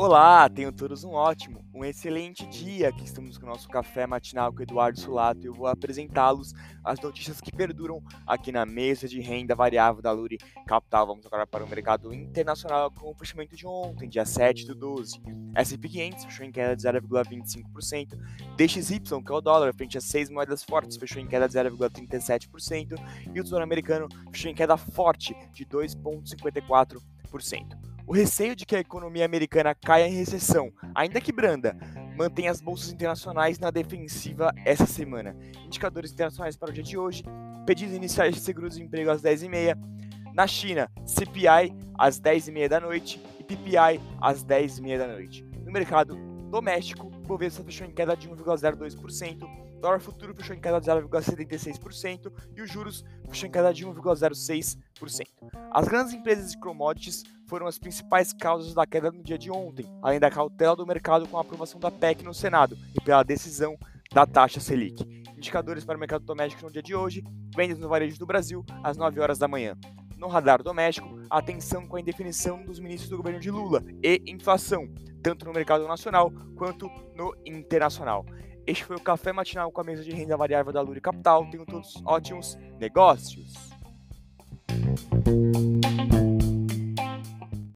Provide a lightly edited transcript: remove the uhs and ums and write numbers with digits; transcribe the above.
Olá, tenham todos um excelente dia. Aqui estamos com o nosso café matinal com o Eduardo Sulato e eu vou apresentá-los as notícias que perduram aqui na mesa de renda variável da Luri Capital. Vamos agora para o mercado internacional com o fechamento de ontem, dia 7/12. S&P 500 fechou em queda de 0,25%, DXY, que é o dólar, frente a 6 moedas fortes, fechou em queda de 0,37% e o Tesouro Americano fechou em queda forte de 2,54%. O receio de que a economia americana caia em recessão, ainda que branda, mantém as bolsas internacionais na defensiva essa semana. Indicadores internacionais para o dia de hoje: pedidos iniciais de seguro-desemprego às 10h30, na China, CPI às 10h30 da noite e PPI às 10h30 da noite. No mercado doméstico, o Bovespa fechou em queda de 1,02%, o dólar futuro fechou em queda de 0,76% e os juros fechou em queda de 1,06%. As grandes empresas de commodities foram as principais causas da queda no dia de ontem, além da cautela do mercado com a aprovação da PEC no Senado e pela decisão da taxa Selic. Indicadores para o mercado doméstico no dia de hoje: vendas no varejo do Brasil às 9 horas da manhã. No radar doméstico, atenção com a indefinição dos ministros do governo de Lula e inflação, tanto no mercado nacional quanto no internacional. Este foi o Café Matinal com a mesa de renda variável da Luri Capital. Tenham todos ótimos negócios!